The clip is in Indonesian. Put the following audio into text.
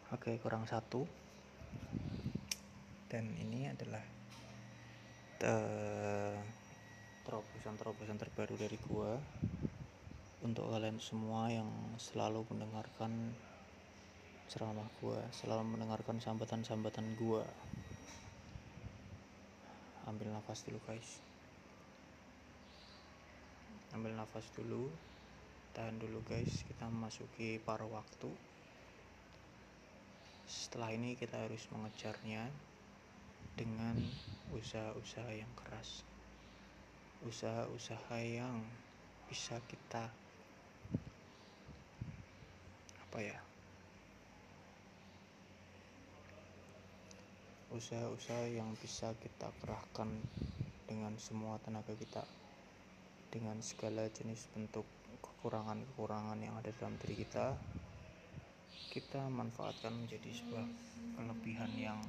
Oke, kurang satu. Dan ini adalah terobosan terbaru dari gua untuk kalian semua yang selalu mendengarkan ceramah gua, selalu mendengarkan sambatan-sambatan gua. Ambil nafas dulu, guys. Ambil nafas dulu. Tahan dulu, guys. Kita memasuki paruh waktu. Setelah ini kita harus mengejarnya dengan usaha-usaha yang keras. Usaha-usaha yang bisa kita usaha-usaha yang bisa kita kerahkan dengan semua tenaga kita, dengan segala jenis bentuk kekurangan-kekurangan yang ada dalam diri kita manfaatkan menjadi sebuah kelebihan yang